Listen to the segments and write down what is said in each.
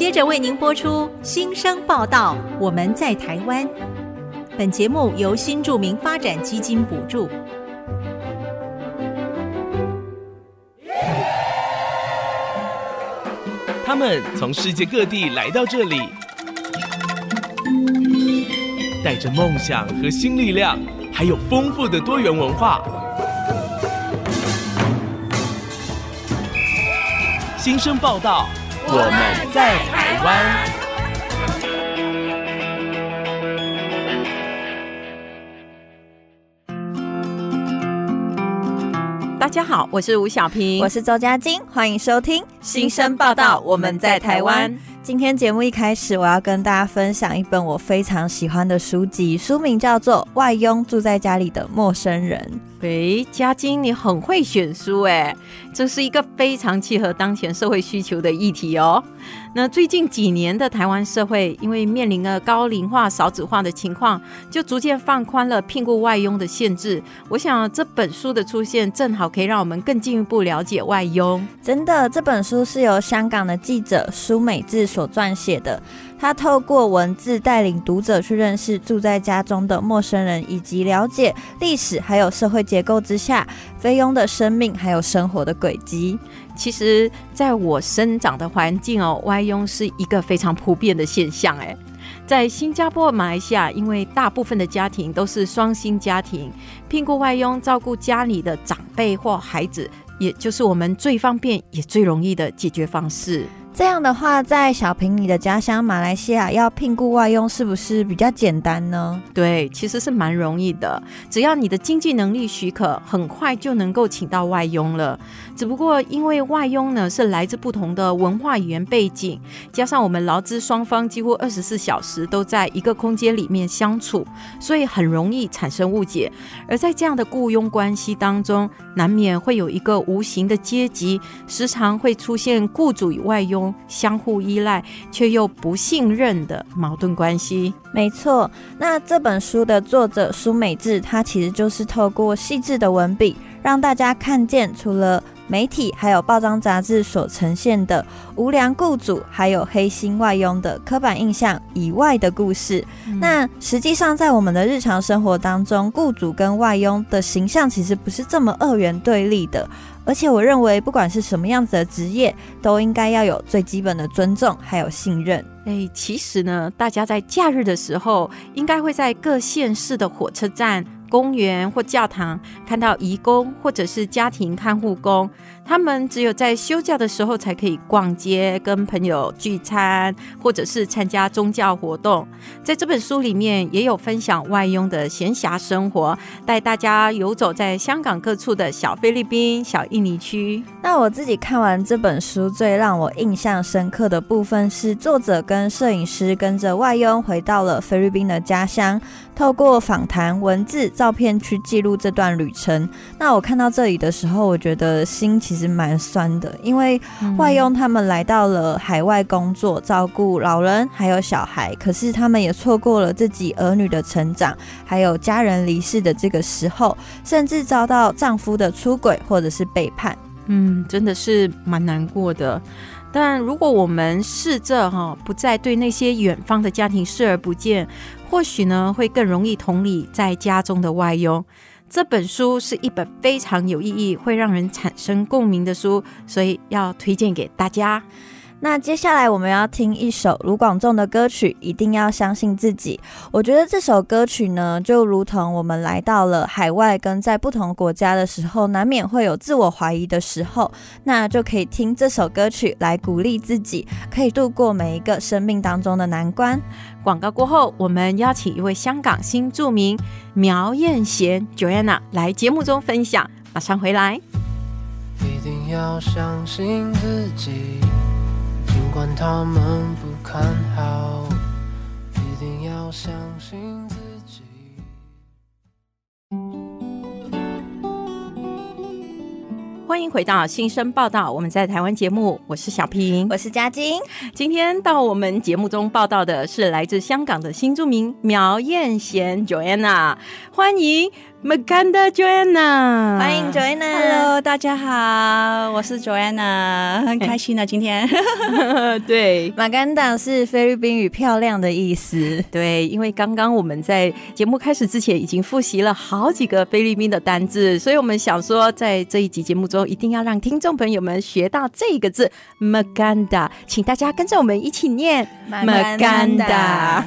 接着为您播出新生报道，我们在台湾。本节目由新住民发展基金补助。 他们从世界各地来到这里，带着梦想和新力量，还有丰富的多元文化。新生报道，我们在台湾。 大家好，我是吴小平， 我是周佳晶，欢迎收听新生报道，我们在台湾。今天节目一开始，我要跟大家分享一本我非常喜欢的书籍，书名叫做《外佣住在家里的陌生人》。 佳晶你很会选书耶，这是一个非常契合当前社会需求的议题哦。那最近几年的台湾社会，因为面临了高龄化、少子化的情况，就逐渐放宽了聘雇外佣的限制。我想这本书的出现，正好可以让我们更进一步了解外佣。 真的，这本书是由香港的记者苏美智所撰写的。他透过文字带领读者去认识住在家中的陌生人，以及了解历史还有社会结构之下菲佣的生命还有生活的轨迹。 其实在我生长的环境外佣是一个非常普遍的现象。在新加坡、马来西亚，因为大部分的家庭都是双薪家庭，聘雇外佣照顾家里的长辈或孩子，也就是我们最方便也最容易的解决方式。 这样的话，在小平你的家乡马来西亚要聘雇外佣是不是比较简单呢？ 对，其实是蛮容易的，只要你的经济能力许可，很快就能够请到外佣了。只不过因为外佣呢是来自不同的文化语言背景，加上我们劳资双方几乎24小时都在一个空间里面相处，所以很容易产生误解。而在这样的雇佣关系当中，难免会有一个无形的阶级，时常会出现雇主与外佣相互依赖却又不信任的矛盾关系。 没错，那这本书的作者苏美智，他其实就是透过细致的文笔，让大家看见除了媒体还有报章杂志所呈现的无良雇主还有黑心外佣的刻板印象以外的故事。那实际上在我们的日常生活当中，雇主跟外佣的形象其实不是这么二元对立的，而且我认为不管是什么样子的职业，都应该要有最基本的尊重还有信任。 其实呢，大家在假日的时候，应该会在各县市的火车站、公园或教堂看到移工或者是家庭看护工，他们只有在休假的时候才可以逛街、跟朋友聚餐，或者是参加宗教活动。在这本书里面也有分享外佣的闲暇生活，带大家游走在香港各处的小菲律宾、小印尼区。 那我自己看完这本书，最让我印象深刻的部分是作者跟摄影师跟着外佣回到了菲律宾的家乡，透过访谈、文字、照片去记录这段旅程。那我看到这里的时候，我觉得心其实蛮酸的，因为外佣他们来到了海外工作，照顾老人还有小孩，可是他们也错过了自己儿女的成长，还有家人离世的这个时候，甚至遭到丈夫的出轨或者是背叛。 真的是蛮难过的。但如果我们试着不再对那些远方的家庭视而不见，或许呢会更容易同理在家中的外佣。这本书是一本非常有意义，会让人产生共鸣的书，所以要推荐给大家。 那接下来我们要听一首卢广仲的歌曲《一定要相信自己》。我觉得这首歌曲呢，就如同我们来到了海外跟在不同国家的时候，难免会有自我怀疑的时候，那就可以听这首歌曲来鼓励自己，可以度过每一个生命当中的难关。 广告过后，我们邀请一位香港新著名苗燕贤 Joanna 来节目中分享，马上回来。 一定要相信自己，尽管他们不看好，一定要相信自己。 欢迎回到新生报道，我们在台湾节目，我是小平， 我是嘉晶。 今天到我们节目中报道的是来自香港的新著名苗燕贤 Joanna， 欢迎 Maganda Joanna， 欢迎 Joanna。Hello， 大家好，我是 Joanna， 很开心的今天。 对， 马干达是菲律宾语漂亮的意思。 对，因为刚刚我们在节目开始之前已经复习了好几个菲律宾的单字，所以我们想说在这一集节目中一定要让听众朋友们学到这个字 Maganda， 请大家跟着我们一起念 Maganda。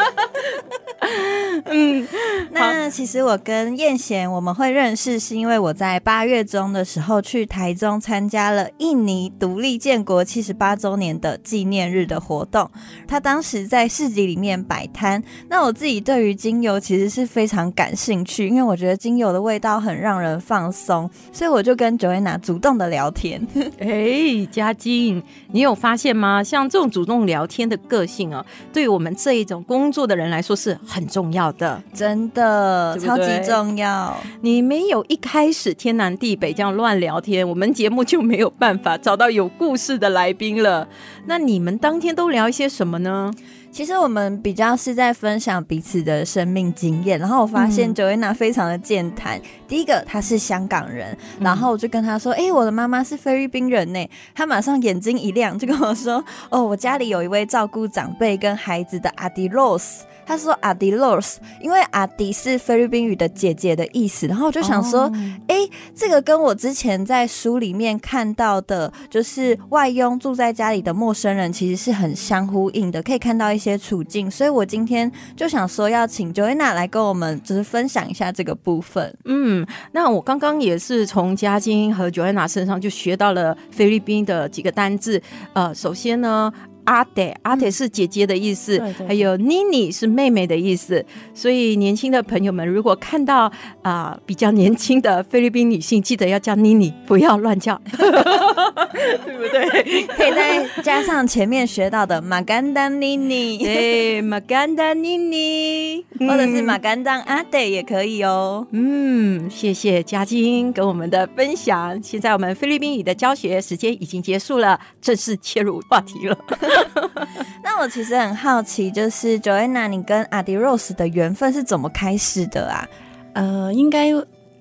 那其实我跟燕贤我们会认识是因为我在8月中的时候去台中参加了印尼独立建国78周年的纪念日的活动，他当时在市集里面摆摊。那我自己对于精油其实是非常感兴趣，因为我觉得精油的味道很让人放松，所以我就跟 Joanna 主动的聊天。 嘉晶，你有发现吗？像这种主动聊天的个性哦，对于我们这一种工作的人来说是很重要的， 真的对不对？ 超级重要。 你没有一开始天南地北这样乱聊天，我们节目就没有办法找到有故事的来宾了。那你们当天都聊一些什么呢？ 其实我们比较是在分享彼此的生命经验，然后我发现 Joanna 非常的健谈。第一个，她是香港人，然后我就跟她说：“我的妈妈是菲律宾人呢。”她马上眼睛一亮，就跟我说：“哦，我家里有一位照顾长辈跟孩子的阿迪洛斯。”他说阿迪洛斯，因为阿迪是菲律宾语的姐姐的意思，然后我就想说，这个跟我之前在书里面看到的，就是外佣住在家里的陌生人，其实是很相呼应的，可以看到一些处境，所以我今天就想说要请 Joanna 来跟我们就是分享一下这个部分。 那我刚刚也是从嘉晶和 Joanna 身上就学到了菲律宾的几个单字，首先呢。阿爹是姐姐的意思，对，还有妮妮是妹妹的意思，所以年轻的朋友们如果看到比较年轻的菲律宾女性，记得要叫妮妮，不要乱叫，对不对？ 可以再加上前面学到的马干当妮妮， 对，马干当妮妮， 或者是马干当阿爹也可以哦。 谢谢嘉晶跟我们的分享。现在我们菲律宾语的教学时间已经结束了，正式切入话题了。 那我其实很好奇，就是 Joanna 你跟阿迪 Rose 的缘分是怎么开始的啊？ 应该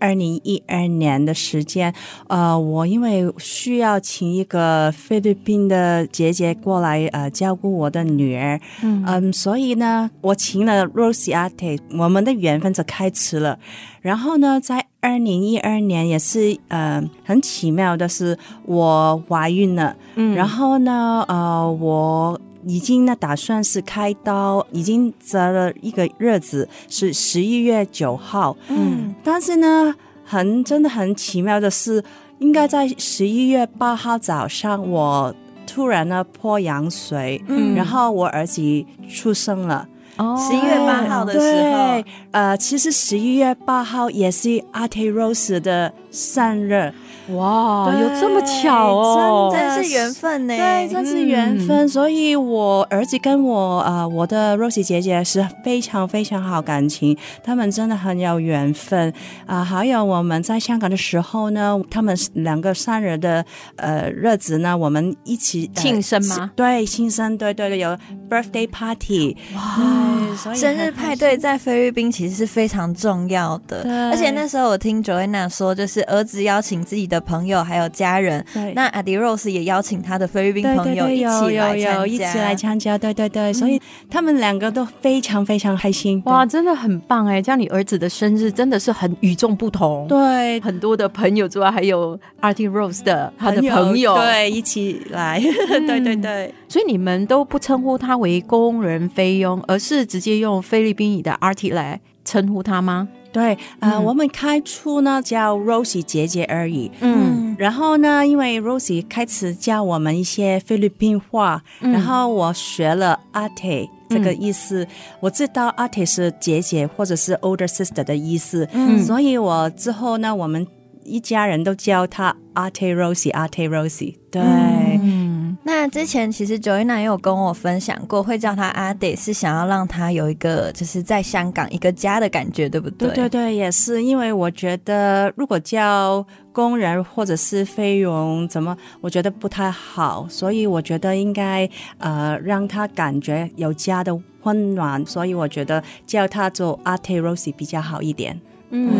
2012年的时间，我因为需要请一个菲律宾的姐姐过来照顾我的女儿，所以呢，我请了 Rosie Ate， 我们的缘分就开始了。然后呢，在2012年也是很奇妙的是，我怀孕了，然后呢，我已经呢打算是开刀，已经择了一个日子是11月9号，但是呢真的很奇妙的是，应该在11月8号早上我突然呢泼羊水，然后我儿子出生了。 11月8号的时候， 对，其实11月8号也是阿泰 Rose 的生日。 哇，有这么巧哦， 真的是缘分呢。 对，真是缘分。所以我儿子跟我的 Rosie 姐姐是非常非常好感情，他们真的很有缘分还有我们在香港的时候呢，他们两个生日的日子呢，我们一起庆生吗？ 对，庆生，对，有 birthday party。 哇，生日派对在菲律宾其实是非常重要的，而且那时候我听 Joanna 说，就是儿子邀请自己的朋友还有家人，那阿迪 Rose 也邀请他的菲律宾朋友一起来参加， 对，所以他们两个都非常非常开心。 哇，真的很棒哎！这样你儿子的生日真的是很与众不同， 对， 很多的朋友之外，还有阿迪 Rose 的他的朋友， 对，一起来，对， 所以你们都不称呼他为工人菲佣，而是直接用菲律宾语的 Artie 来称呼他吗？ 对，我们开初呢叫 Rosie 姐姐而已，然后呢，因为 Rosie 开始教我们一些菲律宾话，然后我学了 Ate 这个意思，我知道 Ate 是姐姐或者是 older sister 的意思，所以我之后呢，我们一家人都叫她 Ate Rosie， 对。 那之前其实 Joanna 也有跟我分享过，会叫他阿爹是想要让他有一个就是在香港一个家的感觉，对不对？ 对，也是因为我觉得如果叫工人或者是菲佣我觉得不太好，所以我觉得应该让他感觉有家的温暖，所以我觉得叫他做阿泰 Rosie 比较好一点。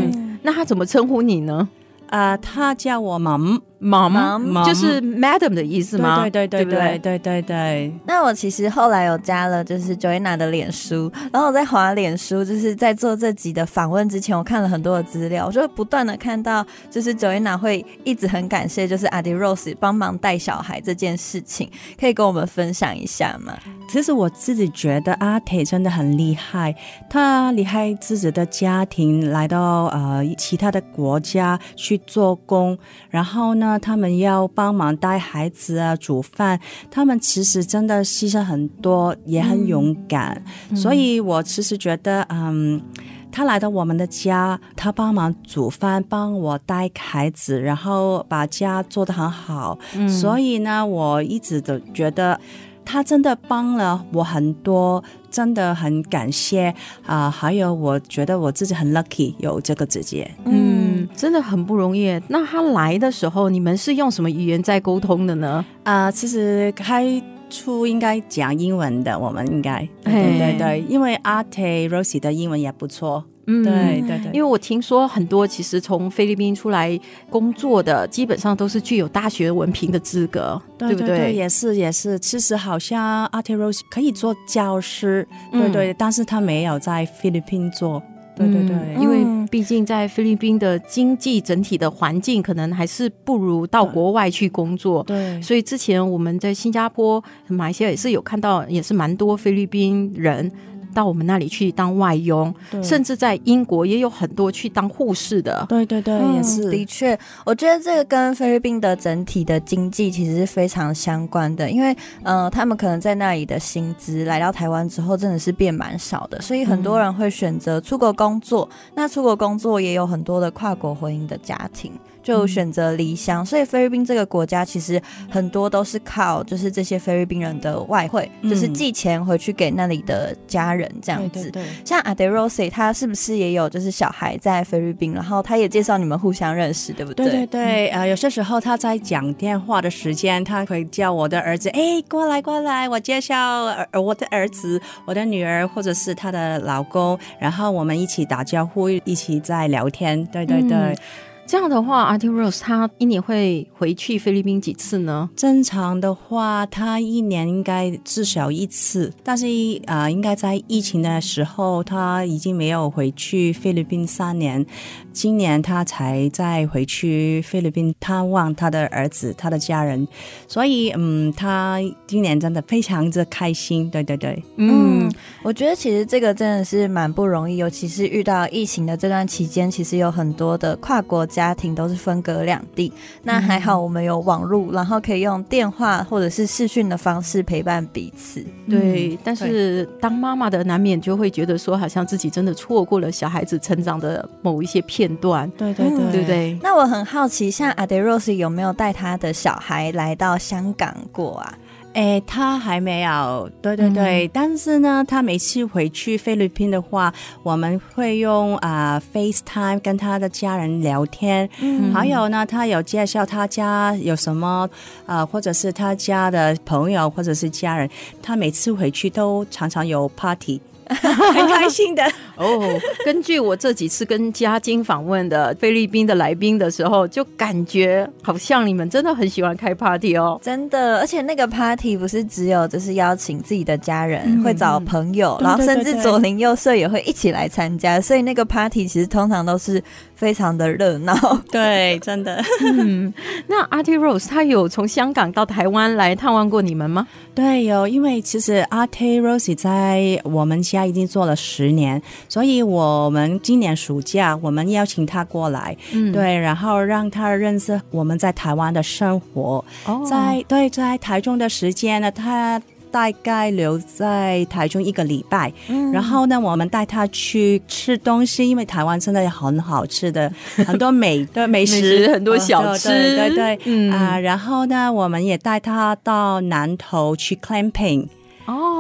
那他怎么称呼你呢？ 他叫我Mom， 就是 Madam 的意思吗？ 对。 那我其实后来有加了就是 Joanna 的脸书，然后我在滑脸书，就是在做这集的访问之前，我看了很多的资料，我就不断的看到就是 Joanna 会一直很感谢就是 Ade Rose 帮忙带小孩这件事情，可以跟我们分享一下吗？ 其实我自己觉得阿铁真的很厉害，他离开自己的家庭来到其他的国家去做工，然后呢他们要帮忙带孩子啊煮饭，他们其实真的牺牲很多，也很勇敢，所以我其实觉得他来到我们的家，他帮忙煮饭，帮我带孩子，然后把家做得很好，所以呢我一直都觉得他真的帮了我很多，真的很感谢还有我觉得我自己很 lucky 有这个姐姐。 真的很不容易。那他来的时候你们是用什么语言在沟通的呢？ 其实开初应该讲英文的，我们应该对，因为阿铁 Rosie 的英文也不错。对， 因为我听说很多其实从菲律宾出来工作的基本上都是具有大学文凭的资格，对不对？ 也是其实好像阿铁 Rose 可以做教师，对，但是他没有在菲律宾做，对， 因为毕竟在菲律宾的经济整体的环境可能还是不如到国外去工作， 对， 所以之前我们在新加坡马来西亚也是有看到，也是蛮多菲律宾人到我们那里去当外佣，甚至在英国也有很多去当护士的。 对，也是的确，我觉得这个跟菲律宾的整体的经济其实是非常相关的，因为他们可能在那里的薪资来到台湾之后真的是变蛮少的，所以很多人会选择出国工作，那出国工作也有很多的跨国婚姻的家庭就选择离乡，所以菲律宾这个国家其实很多都是靠就是这些菲律宾人的外汇，就是寄钱回去给那里的家人这样子。 对， 像 Ade Rose 他是不是也有就是小孩在菲律宾，然后他也介绍你们互相认识，对不对？ 对，有些时候他在讲电话的时间，他会叫我的儿子过来，我介绍我的儿子，我的女儿或者是他的老公，然后我们一起打招呼，一起在聊天。对， 这样的话 Ade Rose 他一年会回去菲律宾几次呢？ 正常的话他一年应该至少一次，但是应该在疫情的时候他已经没有回去菲律宾3年，今年他才再回去菲律宾探望他的儿子他的家人，所以他今年真的非常的开心。对， 我觉得其实这个真的是蛮不容易，尤其是遇到疫情的这段期间，其实有很多的跨国家庭都是分隔两地，那还好我们有网络，然后可以用电话或者是视讯的方式陪伴彼此。 对，但是当妈妈的难免就会觉得说好像自己真的错过了小孩子成长的某一些片段。 对不对？ 那我很好奇，像 Ade Rose 有没有带他的小孩来到香港过啊？ 他还没有，对，但是呢他每次回去菲律宾的话，我们会用FaceTime 跟他的家人聊天，还有呢他有介绍他家有什么或者是他家的朋友或者是家人，他每次回去都常常有 party，很开心的。 根据我这几次跟嘉晶访问的菲律宾的来宾的时候，就感觉好像你们真的很喜欢开 party 哦。 真的，而且那个 party 不是只有就是邀请自己的家人，会找朋友，然后甚至左邻右舍也会一起来参加，所以那个 party 其实通常都是非常的热闹。 对，真的。 那 Ade Rose 他有从香港到台湾来探望过你们吗？ 对，有，因为其实 Ade Rose 在我们家已经做了10年，所以我们今年暑假我们邀请他过来，对，然后让他认识我们在台湾的生活。在台中的时间呢，他大概留在台中1个礼拜，然后呢我们带他去吃东西，因为台湾真的很好吃的很多美食很多小吃， 对，然后呢我们也带他到南投去 clamping。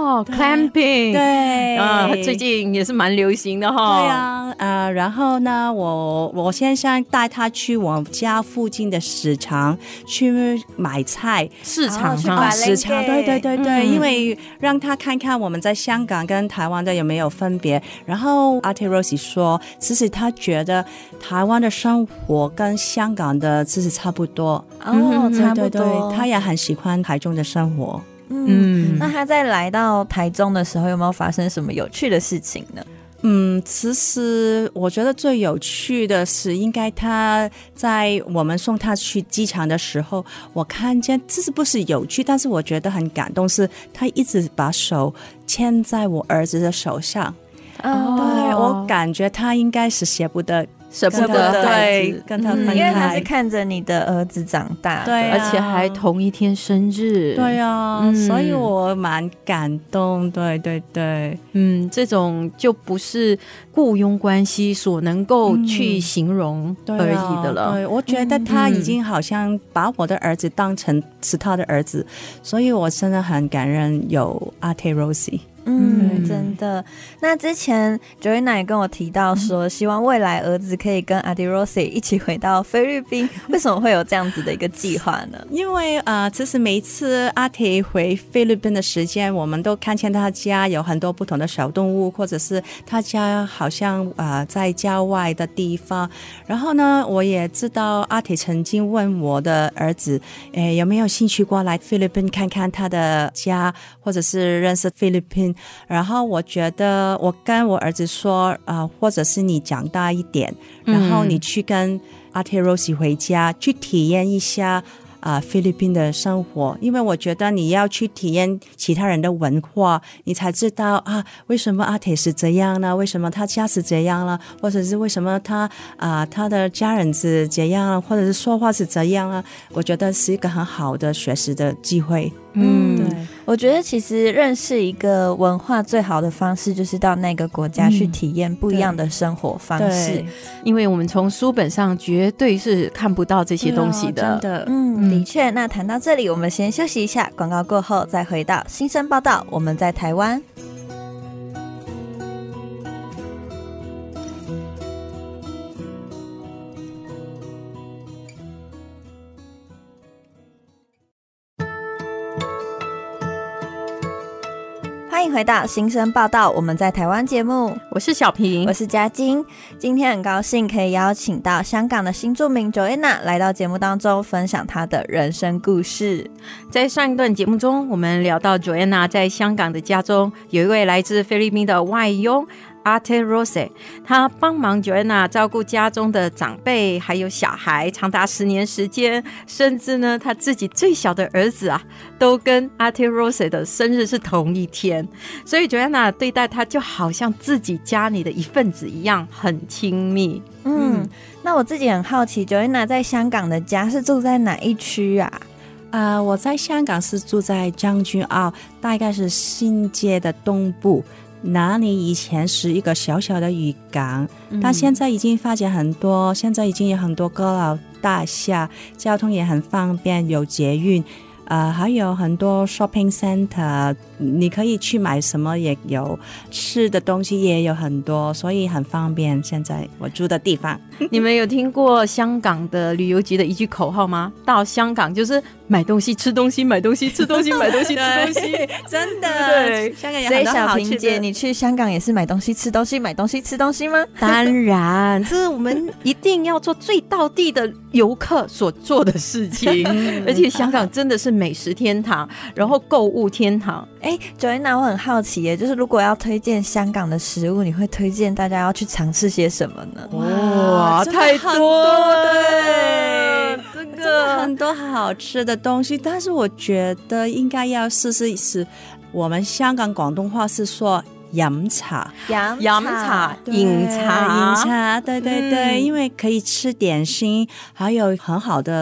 ，clamping， 对啊，最近也是蛮流行的哈。 对啊，然后呢，我先生带他去我家附近的市场去买菜， 市场去哈， 市场，对，因为让他看看我们在香港跟台湾的有没有分别。然后阿铁 Rosie 说，其实他觉得台湾的生活跟香港的其实差不多， 差不多。 对，他也很喜欢台中的生活。 那他在来到台中的时候，有没有发生什么有趣的事情呢？ 其实我觉得最有趣的是，应该他在我们送他去机场的时候，我看见这是不是有趣，但是我觉得很感动，是他一直把手牵在我儿子的手上。对，我感觉他应该是舍不得对，跟他分开， 因为他是看着你的儿子长大的， 对而且还同一天生日， 对啊，所以我蛮感动，对， 这种就不是雇佣关系所能够去形容而已的了。 对，我觉得他已经好像把我的儿子当成是他的儿子，所以我真的很感恩有阿铁 Rosie。 真的。那之前 Joanna 也跟我提到说，希望未来儿子可以跟阿迪 Rosie 一起回到菲律宾。为什么会有这样子的一个计划呢？ 因为其实每一次阿铁回菲律宾的时间，我们都看见他家有很多不同的小动物，或者是他家好像在郊外的地方。然后呢，我也知道阿铁曾经问我的儿子，有没有兴趣过来菲律宾看看他的家，或者是认识菲律宾。然后我觉得我跟我儿子说或者是你长大一点，然后你去跟阿铁 Rosie 回家去体验一下菲律宾的生活，因为我觉得你要去体验其他人的文化，你才知道为什么阿铁是这样呢？为什么他家是这样了？或者是为什么他的家人是这样了？或者是说话是这样了？我觉得是一个很好的学习的机会。对， 我觉得其实认识一个文化最好的方式就是到那个国家去体验不一样的生活方式， 因为我们从书本上绝对是看不到这些东西的。 真的， 的确。那谈到这里，我们先休息一下，广告过后再回到新生报道。我们在台湾。欢迎回到新生报道，我们在台湾节目， 我是小平， 我是嘉晶。今天很高兴可以邀请到香港的新住民 Joanna 来到节目当中，分享她的人生故事。 在上一段节目中，我们聊到 Joanna 在香港的家中有一位来自菲律宾的外佣阿铁 Rosie， 他帮忙 Joanna 照顾家中的长辈还有小孩长达10年时间，甚至呢他自己最小的儿子都跟阿铁 Rosie 的生日是同一天，所以 Joanna 对待他就好像自己家里的一份子一样，很亲密。 那我自己很好奇 Joanna 在香港的家是住在哪一区啊？ 我在香港是住在将军澳，大概是新界的东部，那里以前是一个小小的渔港，但现在已经发展很多，现在已经有很多高楼大厦，交通也很方便，有捷运，还有很多 shopping center， 你可以去买什么也有，吃的东西也有很多，所以很方便。现在我住的地方， 你们有听过香港的旅游局的一句口号吗？到香港就是买东西吃东西，买东西吃东西，买东西吃东西， 真的。 对， 香港有很多好吃的。 所以小平姐，你去香港也是买东西吃东西，买东西吃东西吗？ 当然，这是我们一定要做最道地的游客所做的事情。而且香港真的是美食天堂，然后购物天堂。 Joanna， 我很好奇耶，就是如果要推荐香港的食物，你会推荐大家要去尝试些什么呢？ 哇，太多了，这个很多好吃的东西，但是我觉得应该要试试一试。我们香港广东话是说饮茶， 饮茶， 对，因为可以吃点心，还有很好的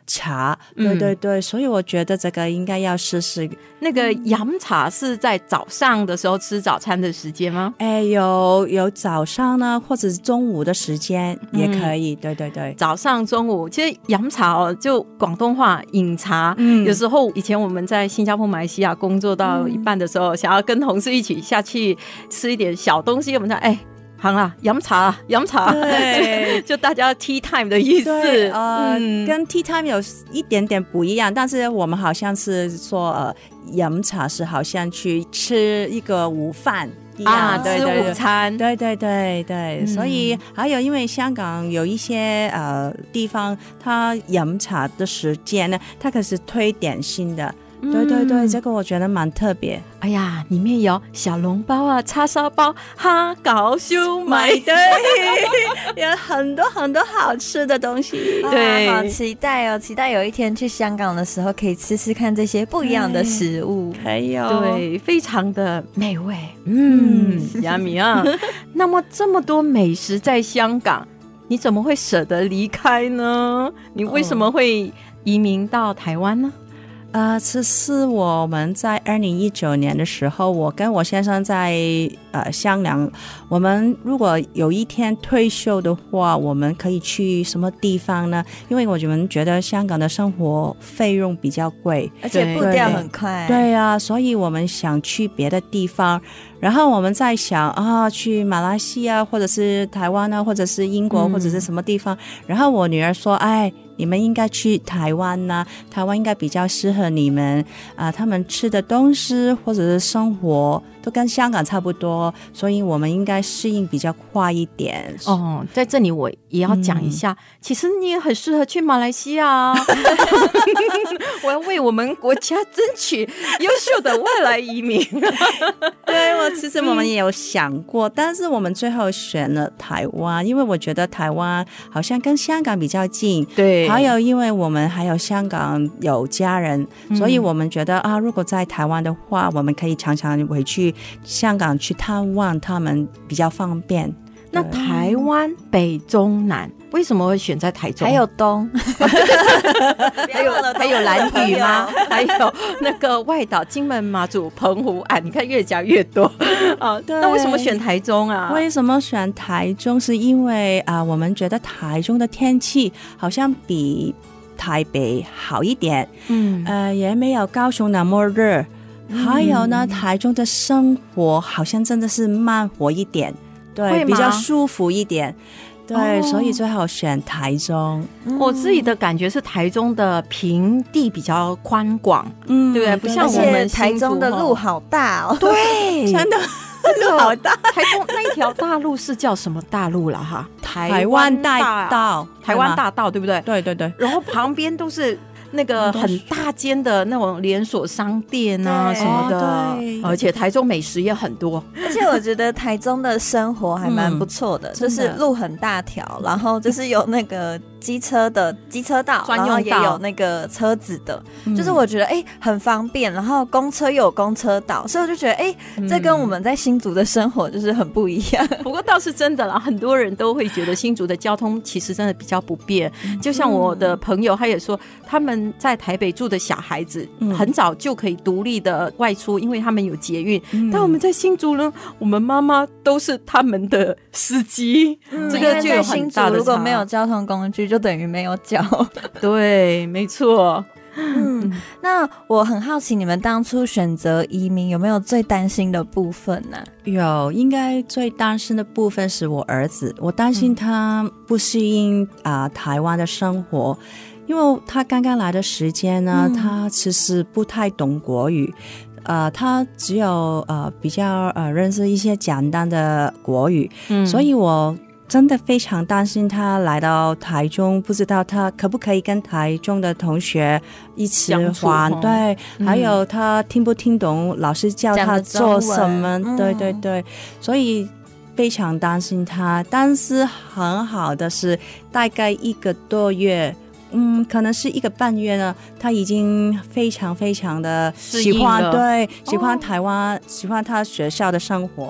茶，对对对，所以我觉得这个应该要试试。 那个饮茶是在早上的时候吃早餐的时间吗？ 有早上呢，或者是中午的时间也可以。对对对， 早上中午其实饮茶就广东话饮茶，有时候以前我们在新加坡马来西亚工作到一半的时候，想要跟同事一起下去吃一点小东西，我们说好啦，饮茶，对，就大家 tea time 的意思。 跟 tea time 有一点点不一样，但是我们好像是说饮茶是好像去吃一个午饭一样， 吃午餐， 对对对对。所以还有因为香港有一些地方，它饮茶的时间呢，它可是推点心的。对对对，这个我觉得蛮特别。 哎呀，里面有小笼包啊、叉烧包、哈搞烧麦， 对，有很多很多好吃的东西。 对，好期待哦！期待有一天去香港的时候，可以吃吃看这些不一样的食物。 可以哦， 对，非常的美味。yummy 啊！那么这么多美食在香港，你怎么会舍得离开呢？你为什么会移民到台湾呢？ 其实我们在2019年的时候，我跟我先生在商量，我们如果有一天退休的话，我们可以去什么地方呢？因为我们觉得香港的生活费用比较贵， 而且步调很快。 对啊，所以我们想去别的地方。然后我们在想去马来西亚或者是台湾呢，或者是英国或者是什么地方。然后我女儿说你们应该去台湾啊，台湾应该比较适合你们他们吃的东西或者是生活都跟香港差不多，所以我们应该适应比较快一点。 在这里我也要讲一下，其实你也很适合去马来西亚啊。我要为我们国家争取优秀的外来移民。 对，其实我们也有想过，但是我们最后选了台湾，因为我觉得台湾好像跟香港比较近。 对， 还有因为我们还有香港有家人，所以我们觉得如果在台湾的话，我们可以常常回去香港去探望他们，比较方便。 那台湾北中南为什么会选在台中？ 还有东还有兰屿吗？还有那个外岛金门、马祖、澎湖你看越讲越多那为什么选台中啊？ 为什么选台中是因为我们觉得台中的天气好像比台北好一点，也没有高雄那么热，还有呢台中的生活好像真的是慢活一点，对，比较舒服一点，对，所以最好选台中。 我自己的感觉是台中的平地比较宽广，对不对？不像我们台中的路好大哦， 对， 真的路好大。 台中那一条大路是叫什么大路了哈？ 台湾大道， 台湾大道，对不对？ 对对对。 然后旁边都是那个很大间的那种连锁商店啊什么的，而且台中美食也很多。 而且我觉得台中的生活还蛮不错的，就是路很大条，然后就是有那个机车的机车道，然后也有那个车子的，就是我觉得很方便，然后公车又有公车道，所以我就觉得这跟我们在新竹的生活就是很不一样。 不过倒是真的啦，很多人都会觉得新竹的交通其实真的比较不便，就像我的朋友他也说，他们在台北住的小孩子很早就可以独立的外出，因为他们有捷运，但我们在新竹呢，我们妈妈都是他们的司机，这个就有很大的差。 如果没有交通工具就等于没有脚。 对，没错。 那我很好奇，你们当初选择移民有没有最担心的部分呢？ 有，应该最担心的部分是我儿子，我担心他不适应台湾的生活，因为他刚刚来的时间呢，他其实不太懂国语，他只有比较认识一些简单的国语，所以我真的非常担心他来到台中，不知道他可不可以跟台中的同学一起玩，对，还有他听不听懂老师教他做什么，对对对，所以非常担心他。但是很好的是大概1个多月，可能是1个半月呢，他已经非常非常的喜欢，对，喜欢台湾，喜欢他学校的生活。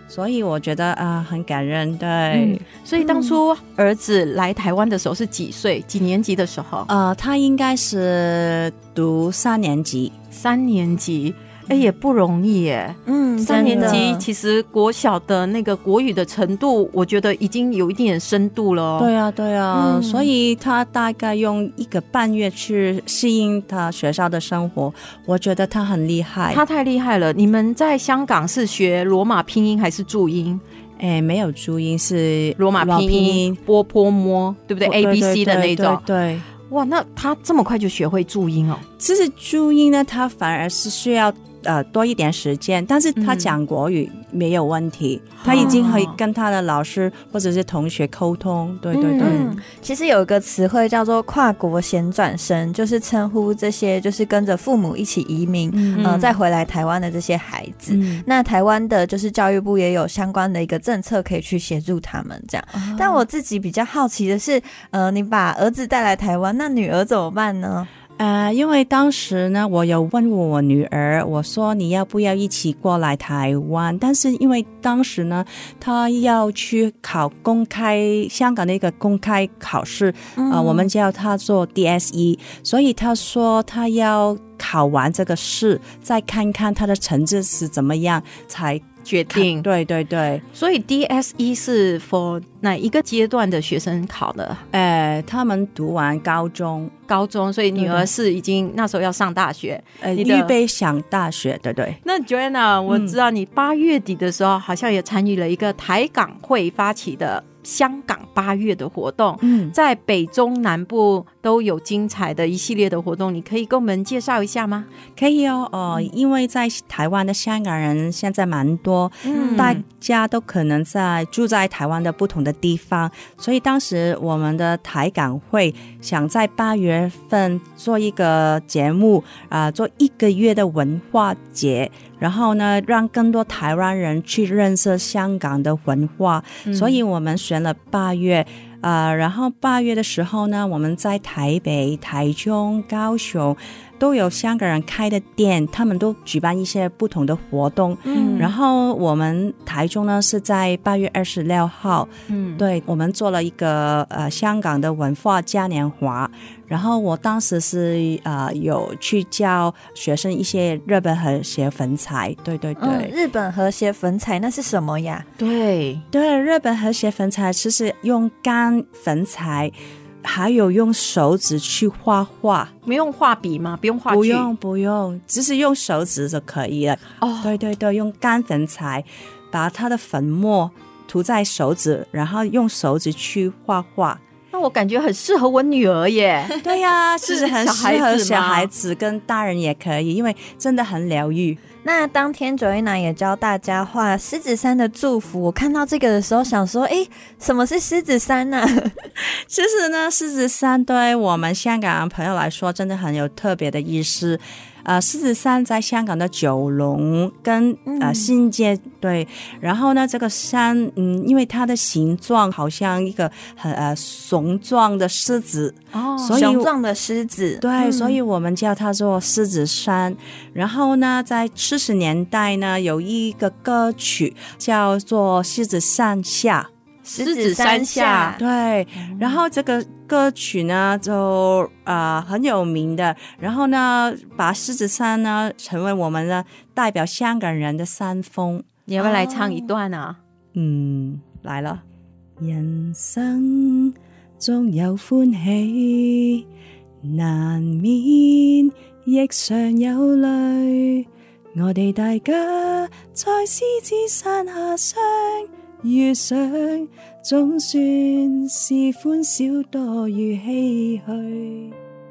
所以我觉得很感人。对， 所以当初儿子来台湾的时候是几岁？几年级的时候？ 他应该是读3年级。 3年级。也不容易耶。3年级其实国小的那个国语的程度，我觉得已经有一点深度了。 对啊，所以他大概用1个半月去适应他学校的生活，我觉得他很厉害。 他太厉害了。你们在香港是学罗马拼音还是注音？ 没有注音，是罗马拼音，波波摸，对不对？ABC 的那种。 对。 哇，那他这么快就学会注音哦？ 其实注音呢，他反而是需要多一点时间，但是他讲国语没有问题，他已经可以跟他的老师或者是同学沟通。对。 其实有一个词汇叫做跨国衔转生，就是称呼这些就是跟着父母一起移民再回来台湾的这些孩子。那台湾的就是教育部也有相关的一个政策可以去协助他们这样。但我自己比较好奇的是你把儿子带来台湾，那女儿怎么办呢？ 因为当时呢，我有问我女儿，我说你要不要一起过来台湾？但是因为当时呢，她要去考香港的一个公开考试，我们叫她做 DSE， 所以她说她要考完这个试，再看看她的成绩是怎么样才决定。 对。 所以 DSE 是 for 哪一个阶段的学生考的？ 他们读完高中， 所以女儿是已经那时候要上大学， 预备上大学。对。 那 Joanna， 我知道你8月底的时候好像也参与了一个台港会发起的香港8月的活动，在北中南部都有精彩的一系列的活动，你可以跟我们介绍一下吗？ 可以因为在台湾的香港人现在蛮多，大家都可能住在台湾的不同的地方，所以当时我们的台港会想在8月份做一个节目，做1个月的文化节，然后呢让更多台湾人去认识香港的文化，所以我们选了8月。然后8月的时候呢，我们在台北、台中、高雄都有香港人开的店，他们都举办一些不同的活动。然后我们台中呢是在8月26号，对，我们做了一个香港的文化嘉年华。然后我当时是有去教学生一些日本和谐粉彩。对。 日本和谐粉彩那是什么呀？ 对， 日本和谐粉彩其实用干粉彩，还有用手指去画画。 没用画笔吗？不用画具？ 不用，只是用手指就可以了。对，用干粉彩把它的粉末涂在手指，然后用手指去画画。 那我感觉很适合我女儿耶。 对呀，其实很适合小孩子跟大人也可以，因为真的很疗愈。 那当天 Joanna 也教大家画狮子山的祝福，我看到这个的时候想说什么是狮子山呢？ 其实呢，狮子山对我们香港朋友来说真的很有特别的意思。狮子山在香港的九龙跟新界。对，然后呢这个山因为它的形状好像一个很雄壮的狮子，所以雄壮的狮子。 对，所以我们叫它做狮子山。然后呢在70年代呢有一个歌曲叫做狮子山下。 狮子山下。 对，然后这个歌曲呢就很有名的，然后呢把狮子山呢成为我们的代表香港人的山峰。 你要不要来唱一段啊？ 来了。人生中有歡喜，難免亦常有淚，我哋大家在獅子山下相遇上，總算是歡笑多於唏噓。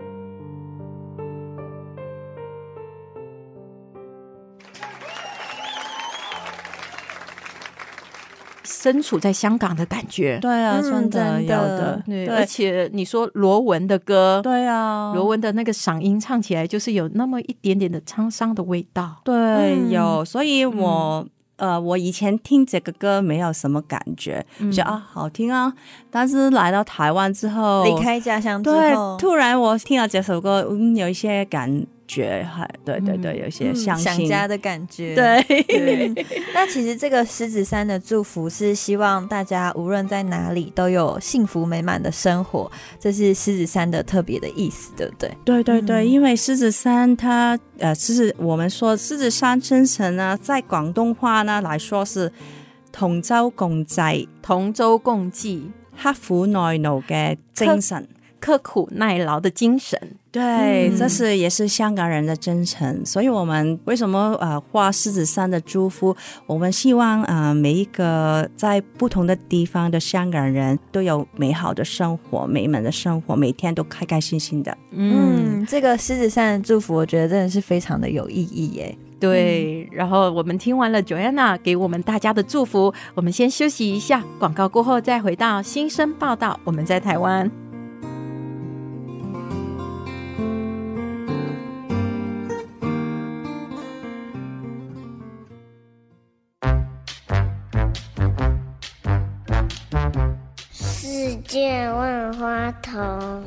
身处在香港的感觉。 对啊，真的有的。 对，而且你说罗文的歌， 对啊， 罗文的那个嗓音唱起来就是有那么一点点的沧桑的味道。 对，有，所以我以前听这个歌没有什么感觉，觉得好听啊。但是来到台湾之后， 离开家乡之后， 对，突然我听了这首歌，有一些感觉，对对对，有些相信想家的感觉。 对那其实这个狮子山的祝福是希望大家无论在哪里都有幸福美满的生活，这是狮子山的特别的意思，对不对？ 对对对，因为狮子山它我们說獅子山精神呢，在廣東話呢來說是同舟共濟、 同舟共濟、 刻苦耐勞嘅精神， 刻苦耐勞的精神。 对，这是也是香港人的真诚，所以我们为什么画狮子山的祝福？我们希望每一个在不同的地方的香港人都有美好的生活、美满的生活，每天都开开心心的。 这个狮子山的祝福，我觉得真的是非常的有意义耶。 对，然后我们听完了 Joanna 给我们大家的祝福，我们先休息一下，广告过后再回到新生报道，我们在台湾。 世界万花筒。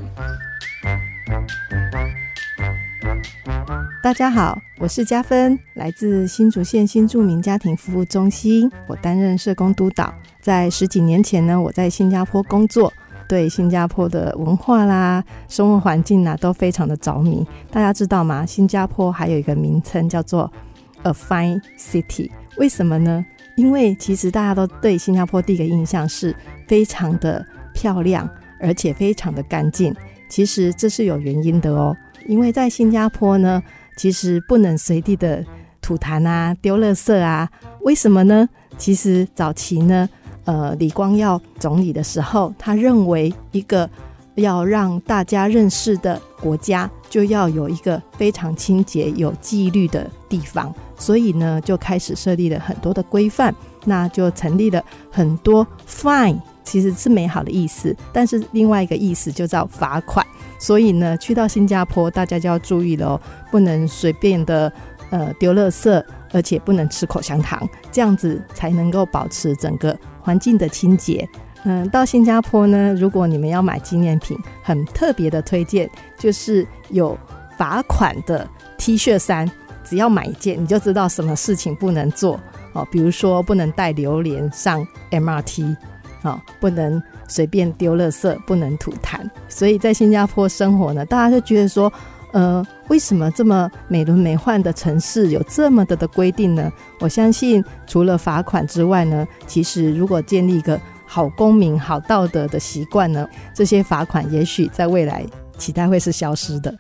大家好，我是嘉芬，来自新竹县新住民家庭服务中心，我担任社工督导。在10几年前呢，我在新加坡工作，对新加坡的文化啦、生活环境啦都非常的着迷。大家知道吗？新加坡还有一个名称叫做 A Fine City， 为什么呢？因为其实大家都对新加坡第一个印象是非常的漂亮，而且非常的干净。其实这是有原因的哦，因为在新加坡呢，其实不能随地的吐痰啊、丢垃圾啊。为什么呢？其实早期呢，李光耀总理的时候，他认为一个要让大家认识的国家，就要有一个非常清洁、有纪律的地方，所以呢，就开始设立了很多的规范，那就成立了很多 fine， 其实是美好的意思，但是另外一个意思就叫罚款。所以呢，去到新加坡，大家就要注意了哦，不能随便的丢垃圾，而且不能吃口香糖，这样子才能够保持整个环境的清洁。到新加坡呢，如果你们要买纪念品，很特别的推荐就是有罚款的 T 恤衫，只要买一件你就知道什么事情不能做哦，比如说不能带榴莲上 MRT 哦，不能随便丢垃圾，不能吐痰。所以在新加坡生活呢，大家就觉得说为什么这么美轮美奂的城市有这么的规定呢？我相信除了罚款之外呢，其实如果建立一个好公民、好道德的习惯呢，这些罚款也许在未来期待会是消失的。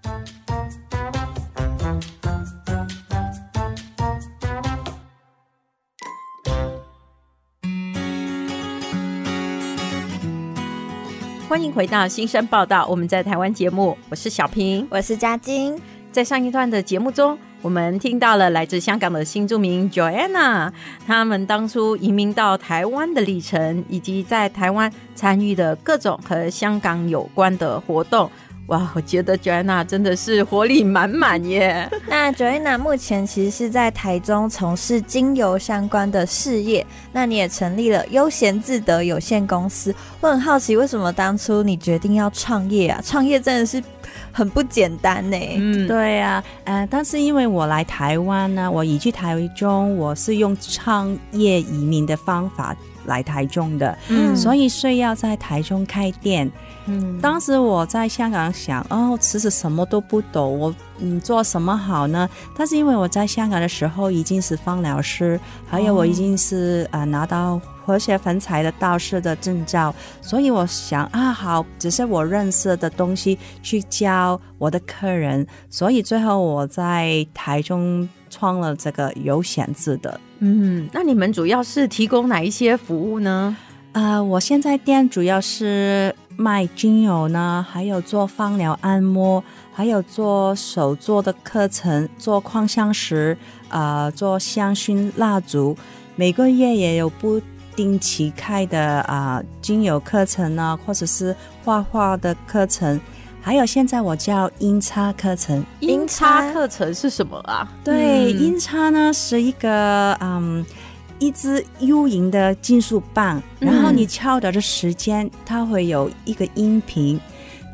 欢迎回到新生报道，我们在台湾节目，我是小平， 我是嘉晶。 在上一段的节目中，我们听到了来自香港的新住民 Joanna 他们当初移民到台湾的历程，以及在台湾参与的各种和香港有关的活动。哇，我觉得 Joanna 真的是活力满满耶。 那 Joanna 目前其实是在台中从事精油相关的事业，那你也成立了悠闲自得有限公司。我很好奇，为什么当初你决定要创业啊？创业真的是很不简单呢。 对啊，但是因为我来台湾呢，我移居台中，我是用创业移民的方法来台中的，所以需要在台中开店。当时我在香港想，其实什么都不懂，我做什么好呢？但是因为我在香港的时候已经是芳疗师，还有我已经是拿到和谐粉彩的道士的证照，所以我想好，只是我认识的东西去教我的客人，所以最后我在台中创了这个悠闲自得。 那你们主要是提供哪一些服务呢？ 我现在店主要是卖精油呢，还有做芳疗按摩，还有做手作的课程，做矿香石，做香薰蜡烛，每个月也有不定期开的精油课程呢，或者是画画的课程，还有现在我叫音叉课程。 音叉课程是什么啊？ 对，音叉呢是一个一支U形的金属棒，然后你敲打的时间它会有一个音频，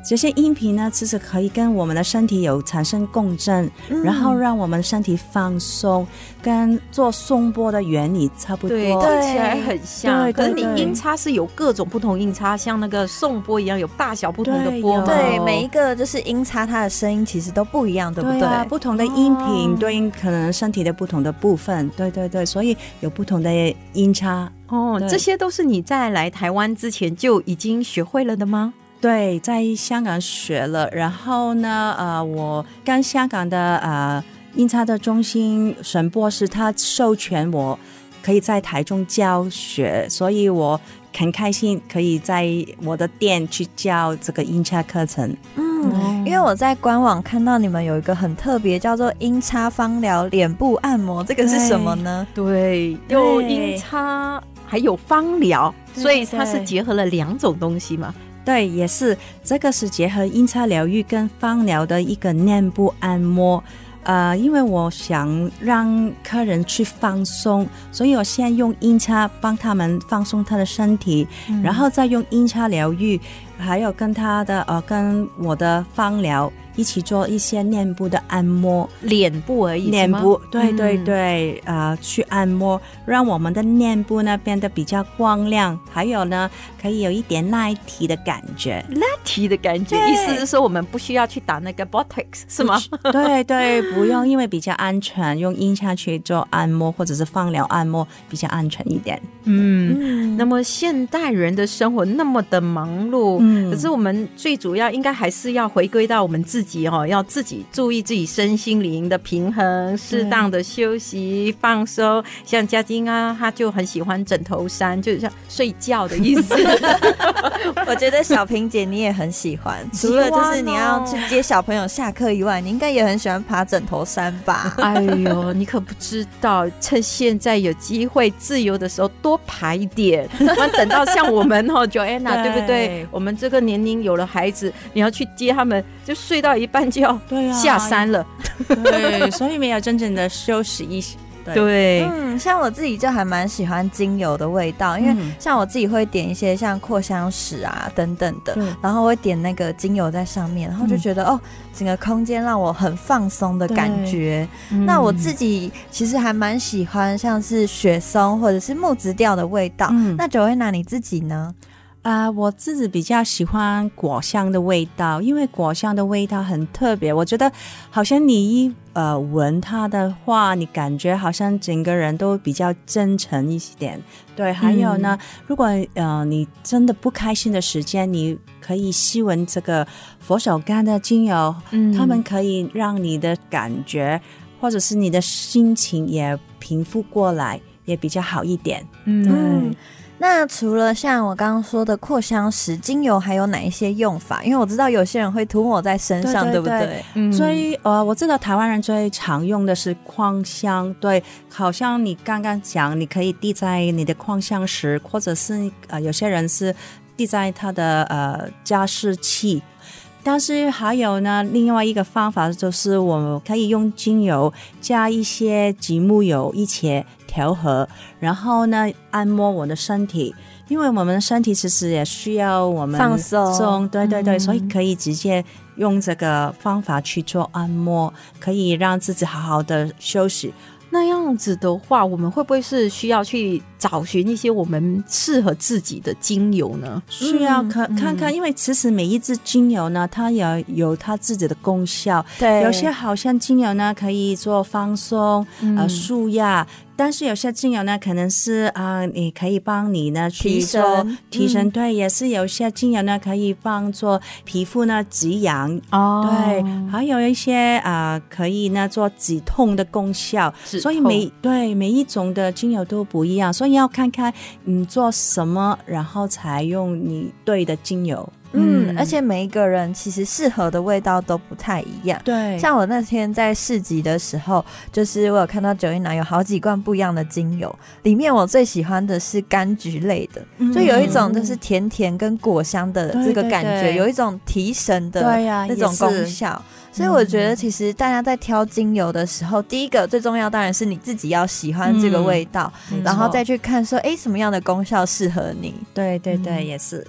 这些音频呢，其实可以跟我们的身体有产生共振，然后让我们身体放松，跟做颂钵的原理差不多。 对，听起来很像。 对， 可是你音叉是有各种不同音叉，像那个颂钵一样，有大小不同的钵。 对，每一个就是音叉，它的声音其实都不一样，对不对？ 不同的音频对应可能身体的不同的部分。对，所以有不同的音叉。 这些都是你在来台湾之前就已经学会了的吗？ 对，在香港学了，然后呢，我跟香港的音叉的中心沈博士，他授权我可以在台中教学，所以我很开心可以在我的店去教这个音叉课程。 因为我在官网看到你们有一个很特别，叫做音叉芳疗脸部按摩，这个是什么呢？ 对，有音叉还有芳疗，所以它是结合了2种东西嘛。 对，也是，这个是结合音叉疗愈跟芳疗的一个面部按摩。因为我想让客人去放松，所以我先用音叉帮他们放松他的身体，然后再用音叉疗愈，还有跟跟我的芳疗一起做一些面部的按摩， 脸部而已， 脸部，对，去按摩，让我们的面部呢变得比较光亮，还有呢可以有一点立体的感觉。 立体的感觉，意思是说我们不需要去打那个 Botox 是吗？ 对，不用，因为比较安全，用音叉去做按摩或者是芳疗按摩比较安全一点。 那么现代人的生活那么的忙碌，可是我们最主要应该还是要回归到我们自己要自己注意自己身心灵的平衡，适当的休息放松。像嘉晶啊，他就很喜欢枕头山，就是像睡觉的意思。 我觉得小萍姐你也很喜欢，除了就是你要去接小朋友下课以外，你应该也很喜欢爬枕头山吧？ 哎呦，你可不知道，趁现在有机会自由的时候多爬一点。等到像我们Joanna 对不对？我们这个年龄有了孩子，你要去接他们，就睡到一半就要下山了。 对，所以没有真正的休息一下。 对， 像我自己就还蛮喜欢精油的味道，因为像我自己会点一些像扩香石啊等等的，然后会点那个精油在上面，然后就觉得整个空间让我很放松的感觉。那我自己其实还蛮喜欢像是雪松或者是木质调的味道。那 Joanna 你自己呢？ 我自己比较喜欢果香的味道，因为果香的味道很特别，我觉得好像你一闻它的话，你感觉好像整个人都比较真诚一点。对，还有呢，如果你真的不开心的时间，你可以吸闻这个佛手柑的精油，它们可以让你的感觉或者是你的心情也平复过来，也比较好一点。 那除了像我刚刚说的扩香石精油，还有哪一些用法？因为我知道有些人会涂抹在身上， 对不对？ 所以我知道台湾人最常用的是扩香。对，好像你刚刚讲，你可以滴在你的扩香石，或者是有些人是滴在他的加湿器。但是还有呢，另外一个方法就是我们可以用精油加一些吉木油一起调和，然后呢按摩我的身体，因为我们的身体其实也需要我们放松。 对，所以可以直接用这个方法去做按摩，可以让自己好好的休息。 那样子的话，我们会不会是需要去找寻一些我们适合自己的精油呢？ 需要看看，因为其实每一支精油呢，它也有它自己的功效。 对， 有些好像精油呢可以做放松、舒压，但是有些精油呢可能是你可以帮你呢去做提升。对，也是有些精油呢可以帮做皮肤呢止痒。对，还有一些可以呢做止痛的功效。所以每一种的精油都不一样，所以要看看你做什么，然后才用你对的精油。 而且每一个人其实适合的味道都不太一样。 对， 像我那天在市集的时候，就是我有看到Joanna有好几罐不一样的精油，里面我最喜欢的是柑橘类的，就有一种就是甜甜跟果香的这个感觉，有一种提神的那种功效。所以我觉得其实大家在挑精油的时候，第一个最重要当然是你自己要喜欢这个味道，然后再去看说什么样的功效适合你。 对，也是。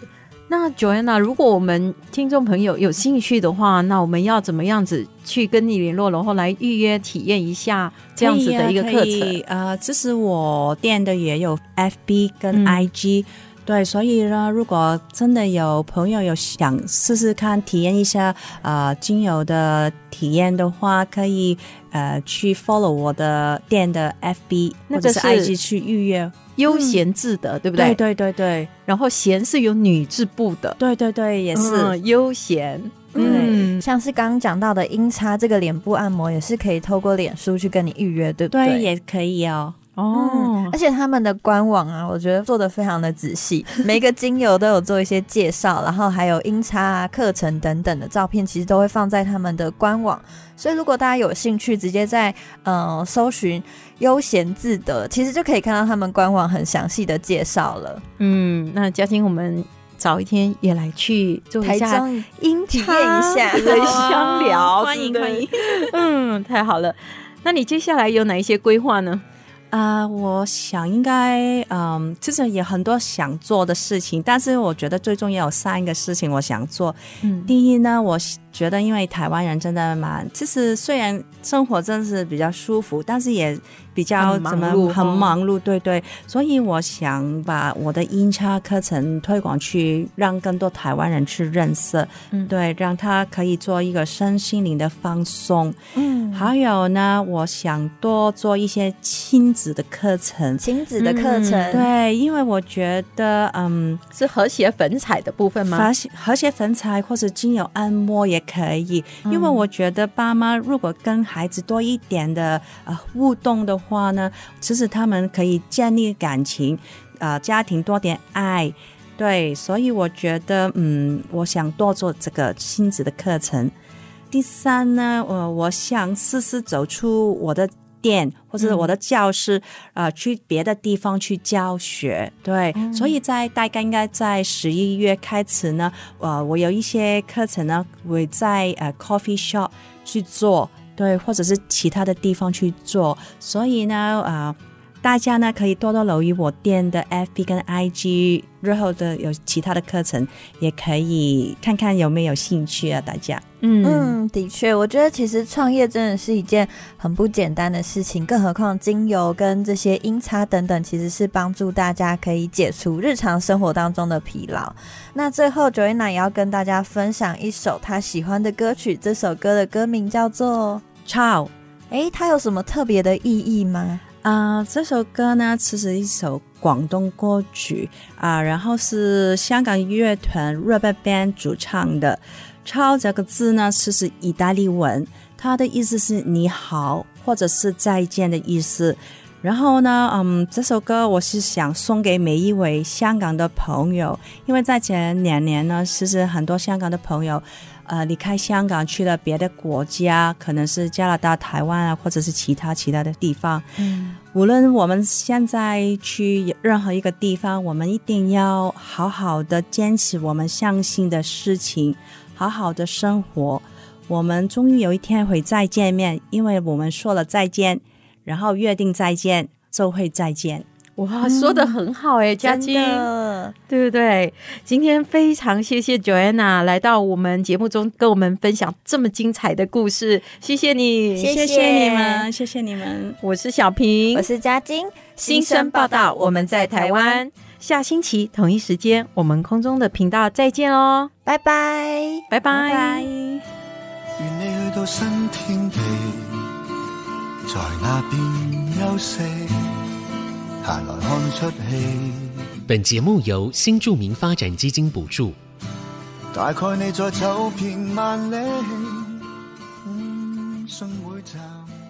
那 Joanna， 如果我们听众朋友有兴趣的话，那我们要怎么样子去跟你联络，然后来预约体验一下这样子的一个课程？ 其实我店的也有 FB 跟 IG，对，所以呢，如果真的有朋友有想试试看体验一下精油的体验的话，可以去 follow 我的店的 FB 或者是 IG 去预约。 悠闲字的，对不对？ 对对对对。 然后闲是有女字部的， 对对对，也是悠闲。 像是刚刚讲到的音叉这个脸部按摩，也是可以透过脸书去跟你预约，对不对？ 对，也可以哦。 而且他们的官网啊，我觉得做得非常的仔细，每个精油都有做一些介绍，然后还有音叉啊、课程等等的照片，其实都会放在他们的官网。所以如果大家有兴趣，直接在搜寻悠闲字的，其实就可以看到他们官网很详细的介绍了。 那嘉欣，我们找一天也来去做一下音体验一下， 对，香疗， 欢迎欢迎。 太好了。那你接下来有哪一些规划呢？ 我想应该其实也很多想做的事情，但是我觉得最重要有3个事情我想做。第一呢，我觉得因为台湾人真的其实虽然生活真的是比较舒服，但是也比较很忙碌，对对，所以我想把我的音叉课程推广去让更多台湾人去认识，对，让他可以做一个身心灵的放松。还有呢，我想多做一些亲子的课程，对，因为我觉得是和谐粉彩的部分吗？ 和谐粉彩或者精油按摩也可以，因为我觉得爸妈如果跟孩子多一点的互动的话呢，其实他们可以建立感情，家庭多点爱，对，所以我觉得我想多做这个亲子的课程。第3呢，我想试试走出我的店或者我的教室，去别的地方去教学，对，所以大概应该在11月开始呢，我有一些课程呢会在coffee shop 去做，对，或者是其他的地方去做，所以呢大家呢可以多多留意我店的 FB 跟 IG， 日后的有其他的课程也可以看看有没有兴趣啊，大家。 的确，我觉得其实创业真的是一件很不简单的事情，更何况精油跟这些音叉等等，其实是帮助大家可以解除日常生活当中的疲劳。那最后 Joanna 也要跟大家分享一首她喜欢的歌曲，这首歌的歌名叫做 Ciao。 它有什么特别的意义吗？ 这首歌呢其实一首广东歌曲然后是香港乐团 RubberBand 主唱的。Ciao 这个字呢是意大利文，它的意思是你好或者是再见的意思。然后呢这首歌我是想送给每一位香港的朋友，因为在前2年呢其实很多香港的朋友离开香港去了别的国家，可能是加拿大、台湾或者是其他的地方。无论我们现在去任何一个地方，我们一定要好好的坚持我们相信的事情，好好的生活。我们终于有一天会再见面，因为我们说了再见，然后约定再见，就会再见。 哇，说得很好嘉欣，对不对？今天非常谢谢 Joanna 来到我们节目中跟我们分享这么精彩的故事，谢谢你， 谢谢你们，谢谢你们。 我是小平， 我是嘉欣， 新生报道，我们在台湾。下星期同一时间，我们空中的频道再见哦， 拜拜， 拜拜。 願你去到新天地，在那邊休息，閒來看出戲。 本節目由新住民發展基金補助。 大概你在走遍萬里，信會站。